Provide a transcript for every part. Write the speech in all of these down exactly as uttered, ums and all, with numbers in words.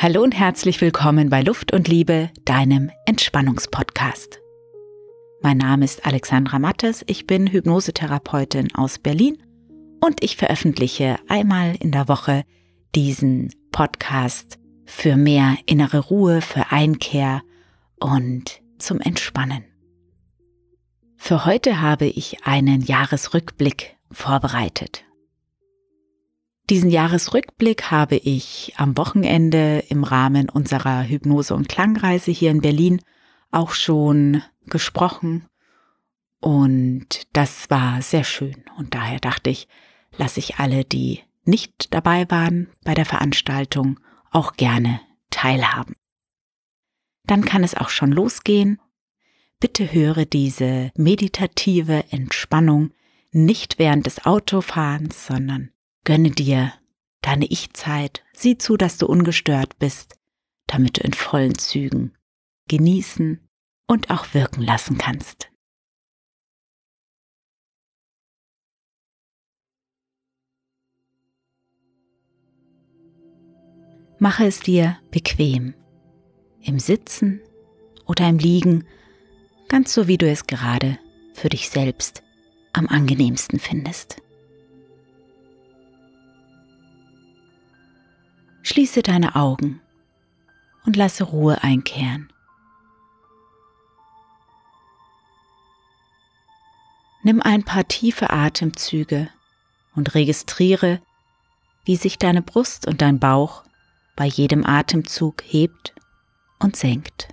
Hallo und herzlich willkommen bei Luft und Liebe, deinem Entspannungspodcast. Mein Name ist Alexandra Mattes, ich bin Hypnosetherapeutin aus Berlin und ich veröffentliche einmal in der Woche diesen Podcast für mehr innere Ruhe, für Einkehr und zum Entspannen. Für heute habe ich einen Jahresrückblick vorbereitet. Diesen Jahresrückblick habe ich am Wochenende im Rahmen unserer Hypnose- und Klangreise hier in Berlin auch schon gesprochen und das war sehr schön und daher dachte ich, lasse ich alle, die nicht dabei waren bei der Veranstaltung, auch gerne teilhaben. Dann kann es auch schon losgehen. Bitte höre diese meditative Entspannung nicht während des Autofahrens, sondern gönne dir deine Ich-Zeit, sieh zu, dass du ungestört bist, damit du in vollen Zügen genießen und auch wirken lassen kannst. Mache es dir bequem, im Sitzen oder im Liegen, ganz so wie du es gerade für dich selbst am angenehmsten findest. Schließe deine Augen und lasse Ruhe einkehren. Nimm ein paar tiefe Atemzüge und registriere, wie sich deine Brust und dein Bauch bei jedem Atemzug hebt und senkt.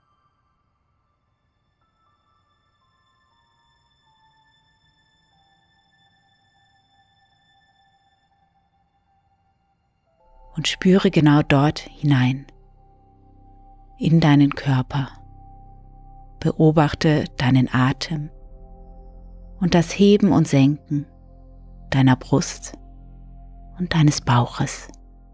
Und spüre genau dort hinein, in deinen Körper. Beobachte deinen Atem und das Heben und Senken deiner Brust und deines Bauches.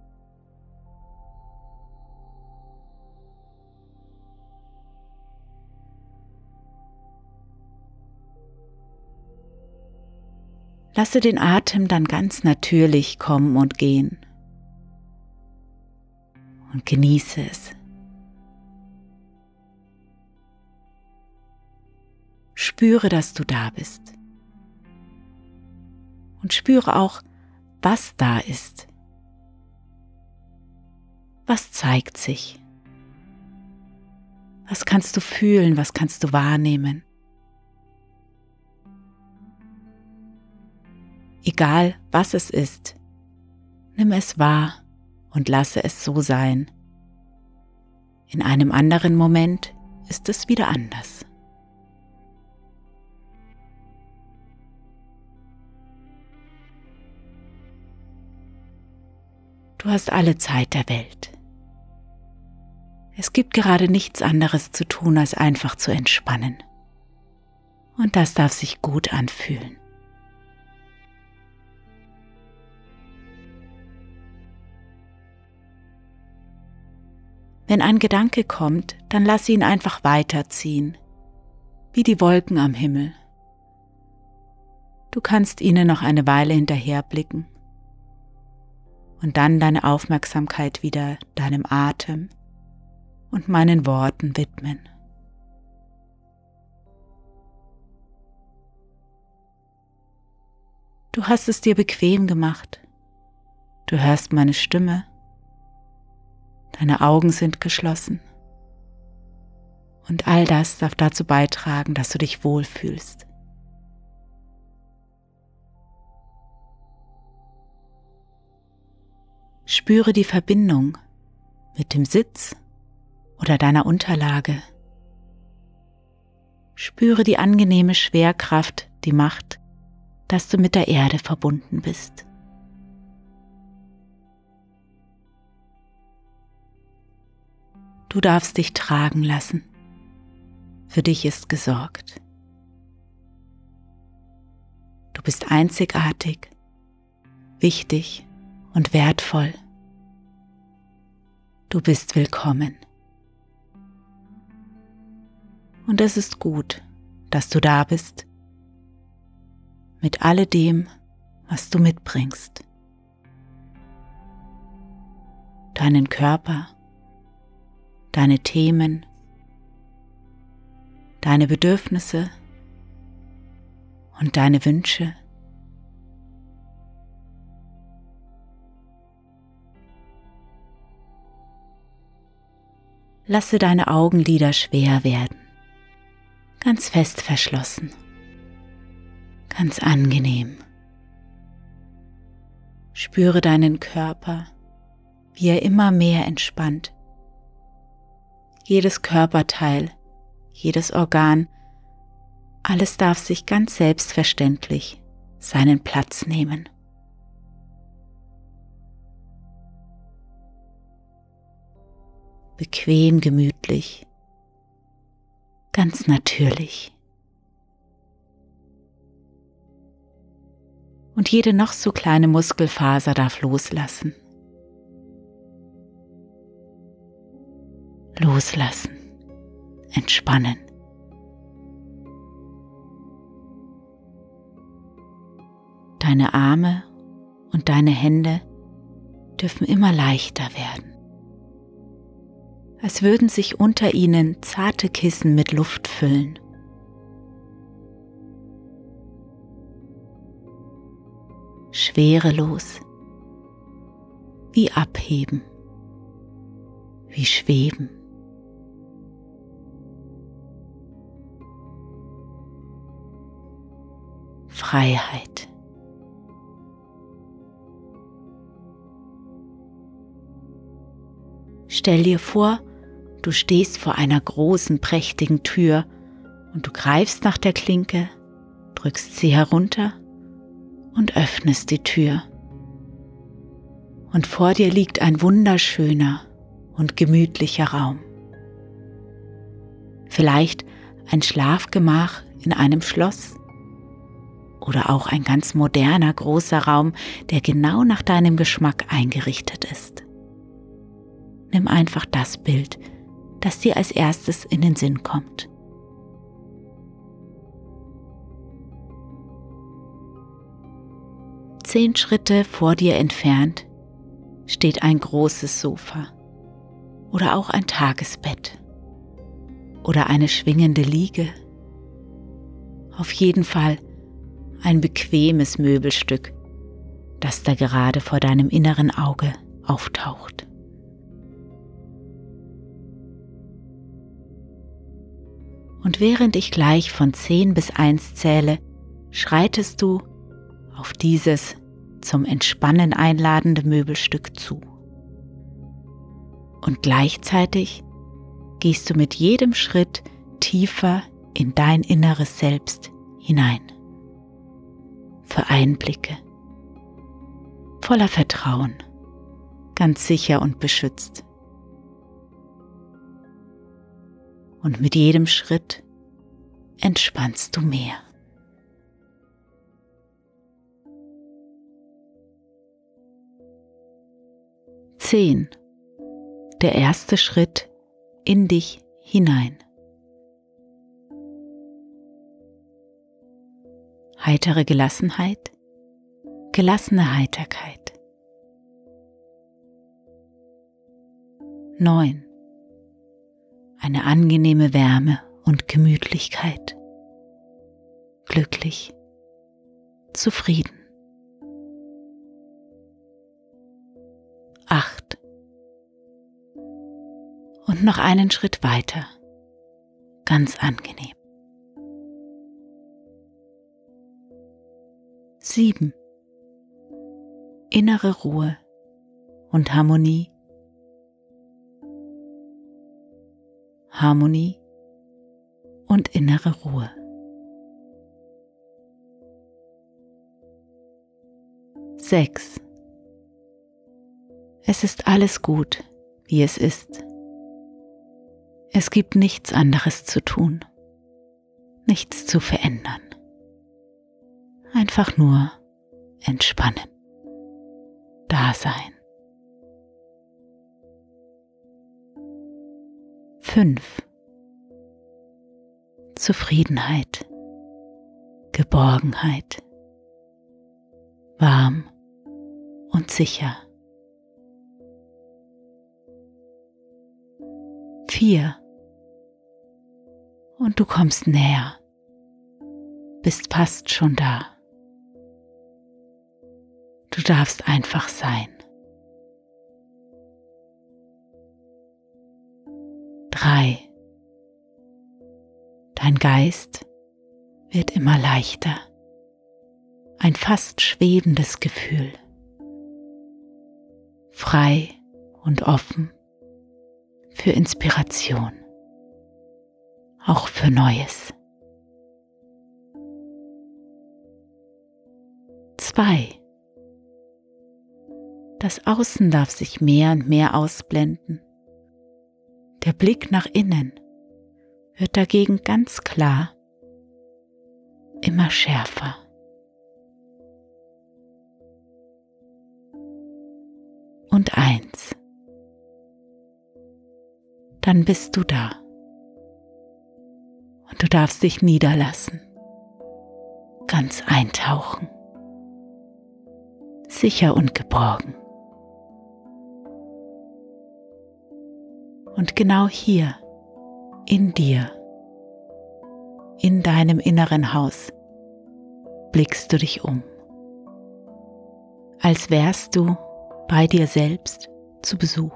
Lasse den Atem dann ganz natürlich kommen und gehen. Und genieße es. Spüre, dass du da bist. Und spüre auch, was da ist. Was zeigt sich? Was kannst du fühlen? Was kannst du wahrnehmen? Egal, was es ist, nimm es wahr. Und lasse es so sein. In einem anderen Moment ist es wieder anders. Du hast alle Zeit der Welt. Es gibt gerade nichts anderes zu tun, als einfach zu entspannen. Und das darf sich gut anfühlen. Wenn ein Gedanke kommt, dann lass ihn einfach weiterziehen, wie die Wolken am Himmel. Du kannst ihnen noch eine Weile hinterherblicken und dann deine Aufmerksamkeit wieder deinem Atem und meinen Worten widmen. Du hast es dir bequem gemacht. Du hörst meine Stimme. Deine Augen sind geschlossen und all das darf dazu beitragen, dass du dich wohlfühlst. Spüre die Verbindung mit dem Sitz oder deiner Unterlage. Spüre die angenehme Schwerkraft, die macht, dass du mit der Erde verbunden bist. Du darfst dich tragen lassen. Für dich ist gesorgt. Du bist einzigartig, wichtig und wertvoll. Du bist willkommen. Und es ist gut, dass du da bist, mit alledem, was du mitbringst. Deinen Körper deine Themen, deine Bedürfnisse und deine Wünsche. Lasse deine Augenlider schwer werden, ganz fest verschlossen, ganz angenehm. Spüre deinen Körper, wie er immer mehr entspannt. Jedes Körperteil, jedes Organ, alles darf sich ganz selbstverständlich seinen Platz nehmen. Bequem, gemütlich, ganz natürlich. Und jede noch so kleine Muskelfaser darf loslassen. Loslassen, entspannen. Deine Arme und deine Hände dürfen immer leichter werden, als würden sich unter ihnen zarte Kissen mit Luft füllen. Schwerelos, wie abheben, wie schweben. Freiheit. Stell dir vor, du stehst vor einer großen, prächtigen Tür und du greifst nach der Klinke, drückst sie herunter und öffnest die Tür. Und vor dir liegt ein wunderschöner und gemütlicher Raum. Vielleicht ein Schlafgemach in einem Schloss oder auch ein ganz moderner, großer Raum, der genau nach deinem Geschmack eingerichtet ist. Nimm einfach das Bild, das dir als erstes in den Sinn kommt. Zehn Schritte vor dir entfernt steht ein großes Sofa oder auch ein Tagesbett oder eine schwingende Liege. Auf jeden Fall ein bequemes Möbelstück, das da gerade vor deinem inneren Auge auftaucht. Und während ich gleich von zehn bis eins zähle, schreitest du auf dieses zum Entspannen einladende Möbelstück zu. Und gleichzeitig gehst du mit jedem Schritt tiefer in dein inneres Selbst hinein. Für Einblicke, voller Vertrauen, ganz sicher und beschützt. Und mit jedem Schritt entspannst du mehr. Zehn. Der erste Schritt in dich hinein. Heitere Gelassenheit, gelassene Heiterkeit. Neun. Eine angenehme Wärme und Gemütlichkeit. Glücklich, zufrieden. Acht. Und noch einen Schritt weiter. Ganz angenehm. Sieben. Innere Ruhe und Harmonie. Harmonie und innere Ruhe. Sechs. Es ist alles gut, wie es ist. Es gibt nichts anderes zu tun, nichts zu verändern. Einfach nur entspannen, da sein. Fünf. Zufriedenheit, Geborgenheit, warm und sicher. vier. Und du kommst näher, bist fast schon da. Du darfst einfach sein. Drei. Dein Geist wird immer leichter. Ein fast schwebendes Gefühl. Frei und offen für Inspiration. Auch für Neues. Zwei. Das Außen darf sich mehr und mehr ausblenden. Der Blick nach innen wird dagegen ganz klar, immer schärfer. Und eins. Dann bist du da. Und du darfst dich niederlassen, ganz eintauchen, sicher und geborgen. Und genau hier, in dir, in deinem inneren Haus, blickst du dich um, als wärst du bei dir selbst zu Besuch.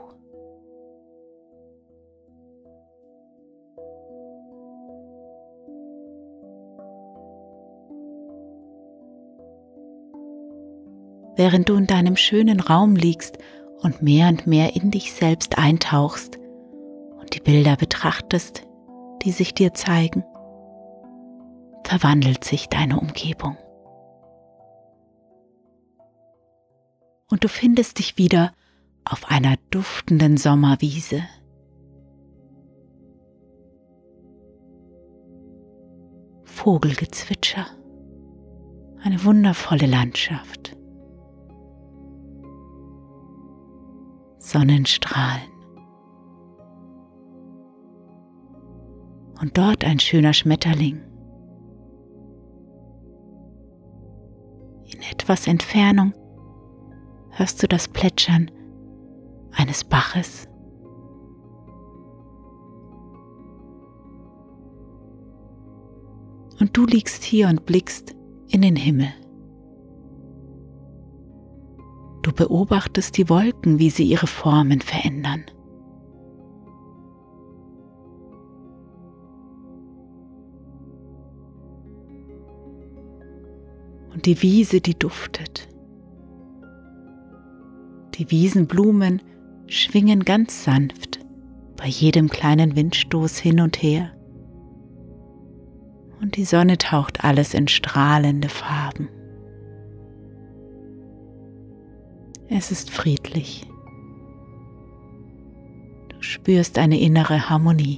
Während du in deinem schönen Raum liegst und mehr und mehr in dich selbst eintauchst und die Bilder betrachtest, die sich dir zeigen, verwandelt sich deine Umgebung. Und du findest dich wieder auf einer duftenden Sommerwiese. Vogelgezwitscher, eine wundervolle Landschaft. Sonnenstrahlen. Und dort ein schöner Schmetterling. In etwas Entfernung hörst du das Plätschern eines Baches. Und du liegst hier und blickst in den Himmel. Du beobachtest die Wolken, wie sie ihre Formen verändern. Und die Wiese, die duftet. Die Wiesenblumen schwingen ganz sanft bei jedem kleinen Windstoß hin und her. Und die Sonne taucht alles in strahlende Farben. Es ist friedlich. Du spürst eine innere Harmonie.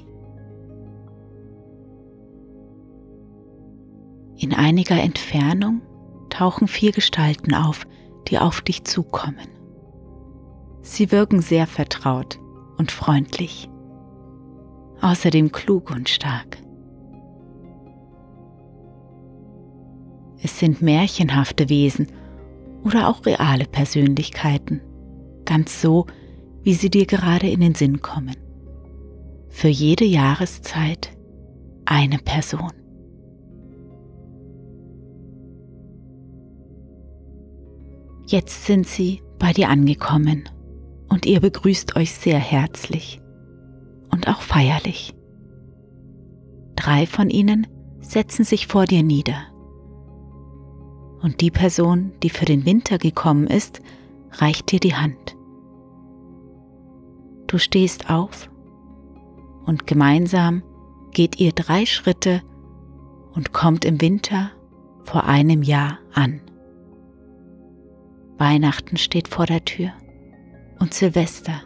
In einiger Entfernung tauchen vier Gestalten auf, die auf dich zukommen. Sie wirken sehr vertraut und freundlich, außerdem klug und stark. Es sind märchenhafte Wesen oder auch reale Persönlichkeiten, ganz so, wie sie dir gerade in den Sinn kommen. Für jede Jahreszeit eine Person. Jetzt sind sie bei dir angekommen und ihr begrüßt euch sehr herzlich und auch feierlich. Drei von ihnen setzen sich vor dir nieder. Und die Person, die für den Winter gekommen ist, reicht dir die Hand. Du stehst auf und gemeinsam geht ihr drei Schritte und kommt im Winter vor einem Jahr an. Weihnachten steht vor der Tür und Silvester.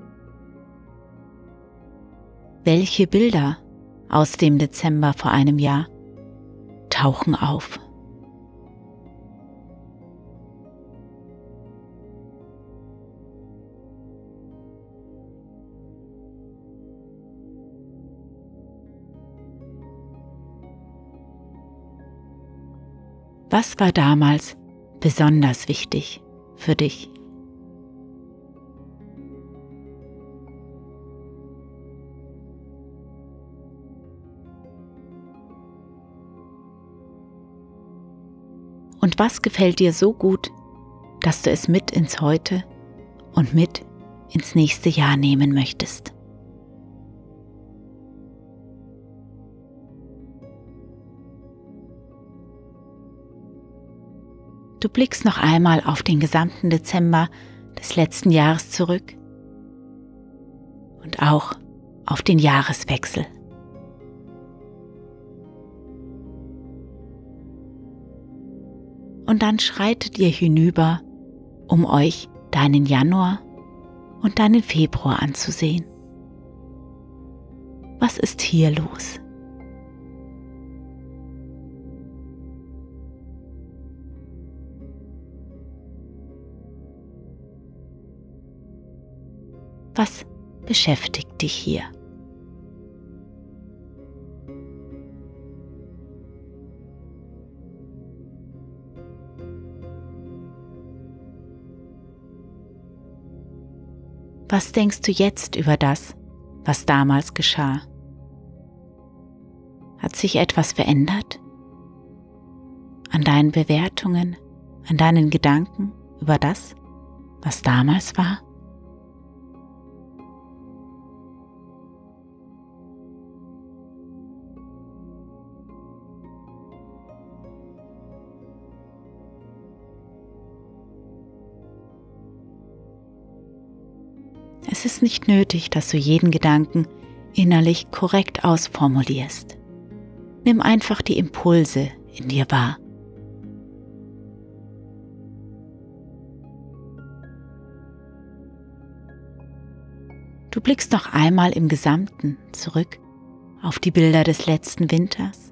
Welche Bilder aus dem Dezember vor einem Jahr tauchen auf? Was war damals besonders wichtig für dich? Und was gefällt dir so gut, dass du es mit ins Heute und mit ins nächste Jahr nehmen möchtest? Du blickst noch einmal auf den gesamten Dezember des letzten Jahres zurück und auch auf den Jahreswechsel. Und dann schreitet ihr hinüber, um euch deinen Januar und deinen Februar anzusehen. Was ist hier los? Was beschäftigt dich hier? Was denkst du jetzt über das, was damals geschah? Hat sich etwas verändert? An deinen Bewertungen, an deinen Gedanken über das, was damals war? Es ist nicht nötig, dass du jeden Gedanken innerlich korrekt ausformulierst. Nimm einfach die Impulse in dir wahr. Du blickst noch einmal im Gesamten zurück auf die Bilder des letzten Winters.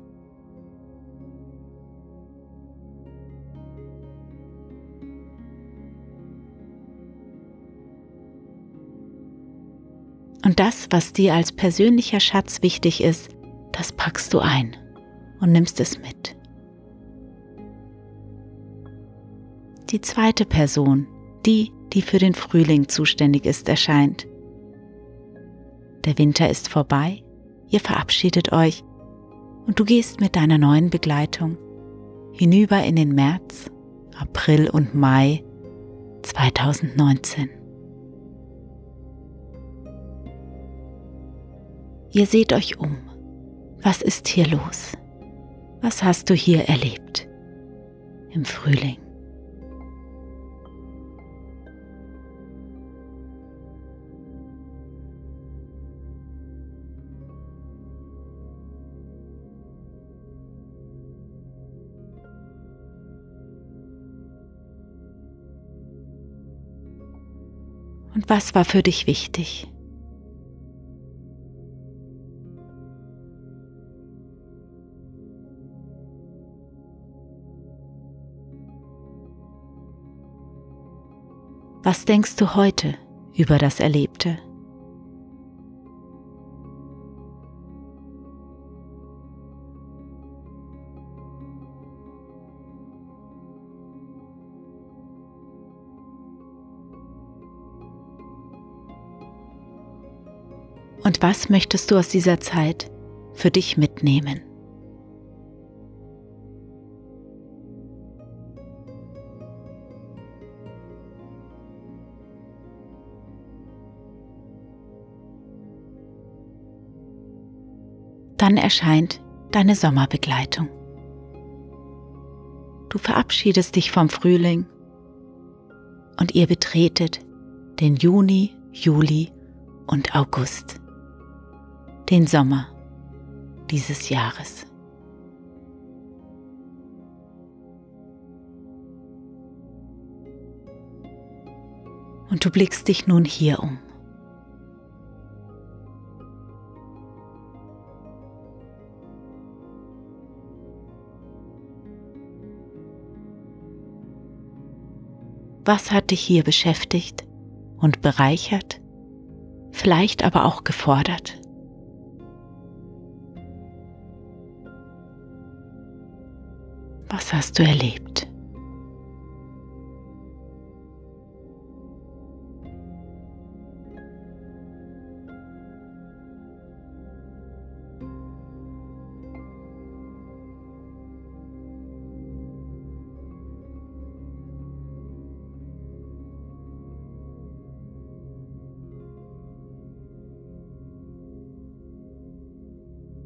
Und das, was dir als persönlicher Schatz wichtig ist, das packst du ein und nimmst es mit. Die zweite Person, die, die für den Frühling zuständig ist, erscheint. Der Winter ist vorbei, ihr verabschiedet euch und du gehst mit deiner neuen Begleitung hinüber in den März, April und Mai zweitausendneunzehn. Ihr seht euch um. Was ist hier los? Was hast du hier erlebt im Frühling? Und was war für dich wichtig? Was denkst du heute über das Erlebte? Und was möchtest du aus dieser Zeit für dich mitnehmen? Dann erscheint deine Sommerbegleitung. Du verabschiedest dich vom Frühling und ihr betretet den Juni, Juli und August, den Sommer dieses Jahres. Und du blickst dich nun hier um. Was hat dich hier beschäftigt und bereichert, vielleicht aber auch gefordert? Was hast du erlebt?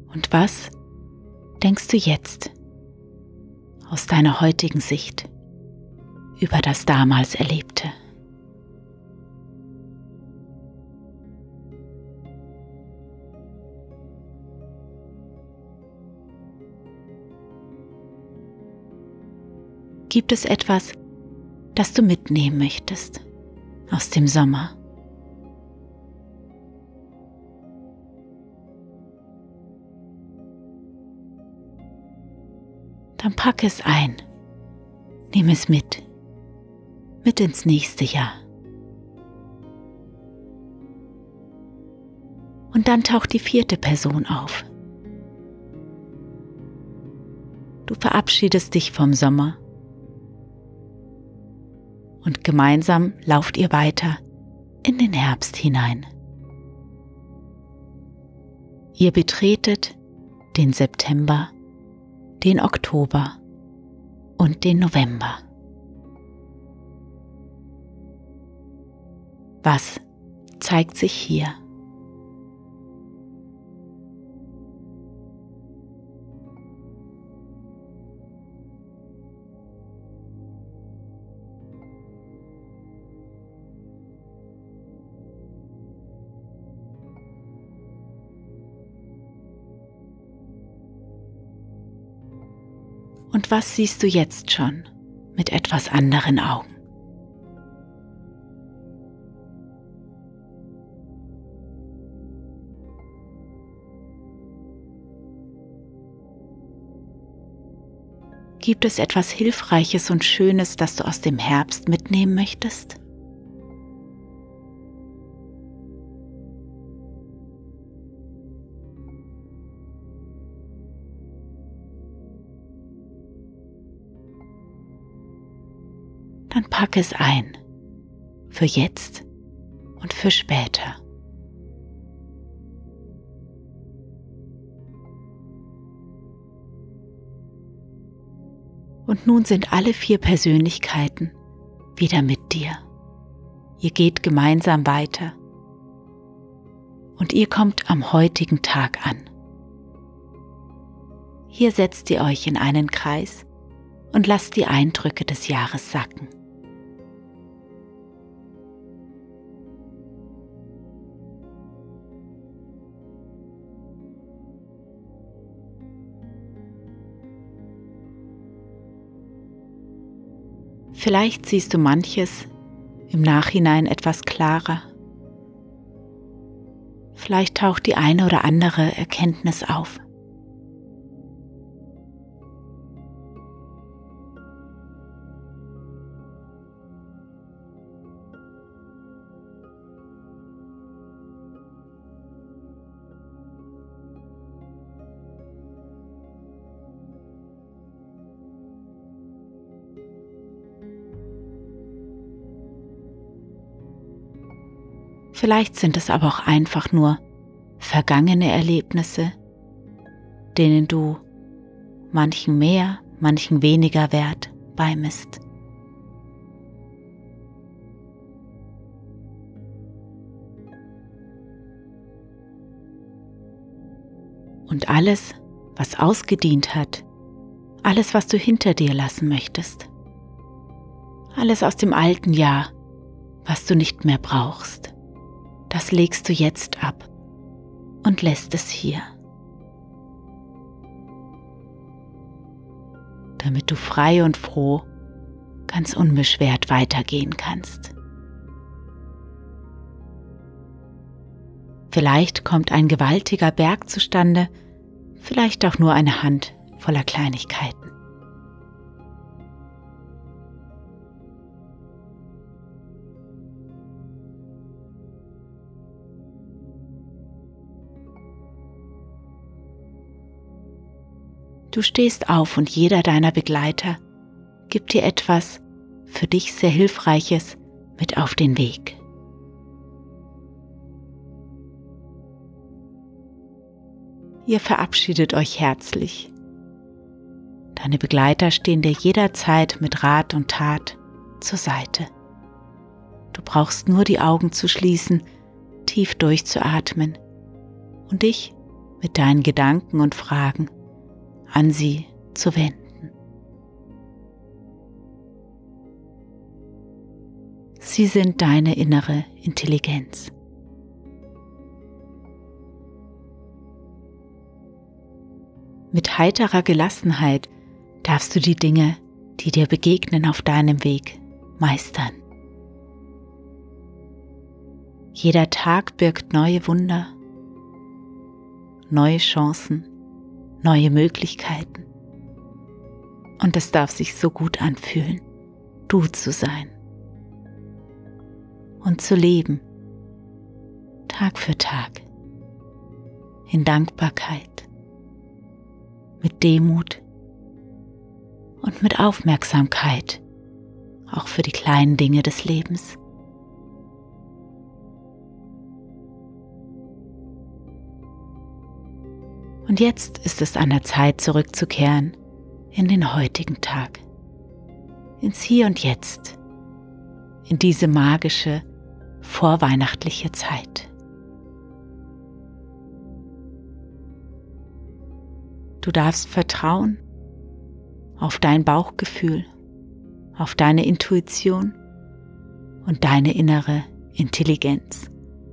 Und was denkst du jetzt aus deiner heutigen Sicht über das damals Erlebte? Gibt es etwas, das du mitnehmen möchtest aus dem Sommer? Dann pack es ein, nimm es mit, mit ins nächste Jahr. Und dann taucht die vierte Person auf. Du verabschiedest dich vom Sommer und gemeinsam lauft ihr weiter in den Herbst hinein. Ihr betretet den September, den Oktober und den November. Was zeigt sich hier? Und was siehst du jetzt schon mit etwas anderen Augen? Gibt es etwas Hilfreiches und Schönes, das du aus dem Herbst mitnehmen möchtest? Dann pack es ein, für jetzt und für später. Und nun sind alle vier Persönlichkeiten wieder mit dir. Ihr geht gemeinsam weiter und ihr kommt am heutigen Tag an. Hier setzt ihr euch in einen Kreis und lasst die Eindrücke des Jahres sacken. Vielleicht siehst du manches im Nachhinein etwas klarer. Vielleicht taucht die eine oder andere Erkenntnis auf. Vielleicht sind es aber auch einfach nur vergangene Erlebnisse, denen du manchen mehr, manchen weniger Wert beimisst. Und alles, was ausgedient hat, alles, was du hinter dir lassen möchtest, alles aus dem alten Jahr, was du nicht mehr brauchst, das legst du jetzt ab und lässt es hier, damit du frei und froh, ganz unbeschwert weitergehen kannst. Vielleicht kommt ein gewaltiger Berg zustande, vielleicht auch nur eine Hand voller Kleinigkeiten. Du stehst auf und jeder deiner Begleiter gibt dir etwas für dich sehr Hilfreiches mit auf den Weg. Ihr verabschiedet euch herzlich. Deine Begleiter stehen dir jederzeit mit Rat und Tat zur Seite. Du brauchst nur die Augen zu schließen, tief durchzuatmen und dich mit deinen Gedanken und Fragen an sie zu wenden. Sie sind deine innere Intelligenz. Mit heiterer Gelassenheit darfst du die Dinge, die dir begegnen auf deinem Weg, meistern. Jeder Tag birgt neue Wunder, neue Chancen, neue Möglichkeiten. Und es darf sich so gut anfühlen, du zu sein und zu leben, Tag für Tag, in Dankbarkeit, mit Demut und mit Aufmerksamkeit, auch für die kleinen Dinge des Lebens. Und jetzt ist es an der Zeit, zurückzukehren in den heutigen Tag, ins Hier und Jetzt, in diese magische, vorweihnachtliche Zeit. Du darfst vertrauen auf dein Bauchgefühl, auf deine Intuition und deine innere Intelligenz.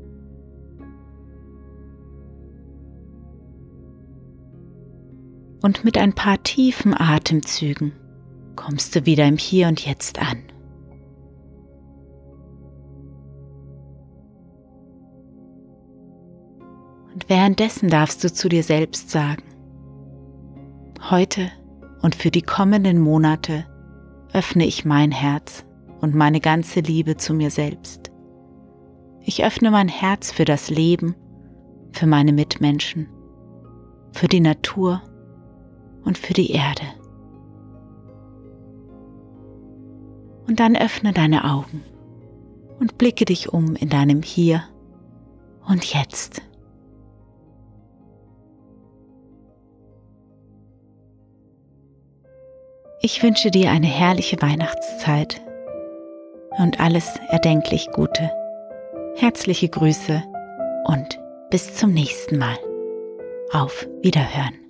Und mit ein paar tiefen Atemzügen kommst du wieder im Hier und Jetzt an. Und währenddessen darfst du zu dir selbst sagen: Heute und für die kommenden Monate öffne ich mein Herz und meine ganze Liebe zu mir selbst. Ich öffne mein Herz für das Leben, für meine Mitmenschen, für die Natur und für die Erde. Und dann öffne deine Augen und blicke dich um in deinem Hier und Jetzt. Ich wünsche dir eine herrliche Weihnachtszeit und alles erdenklich Gute. Herzliche Grüße und bis zum nächsten Mal. Auf Wiederhören.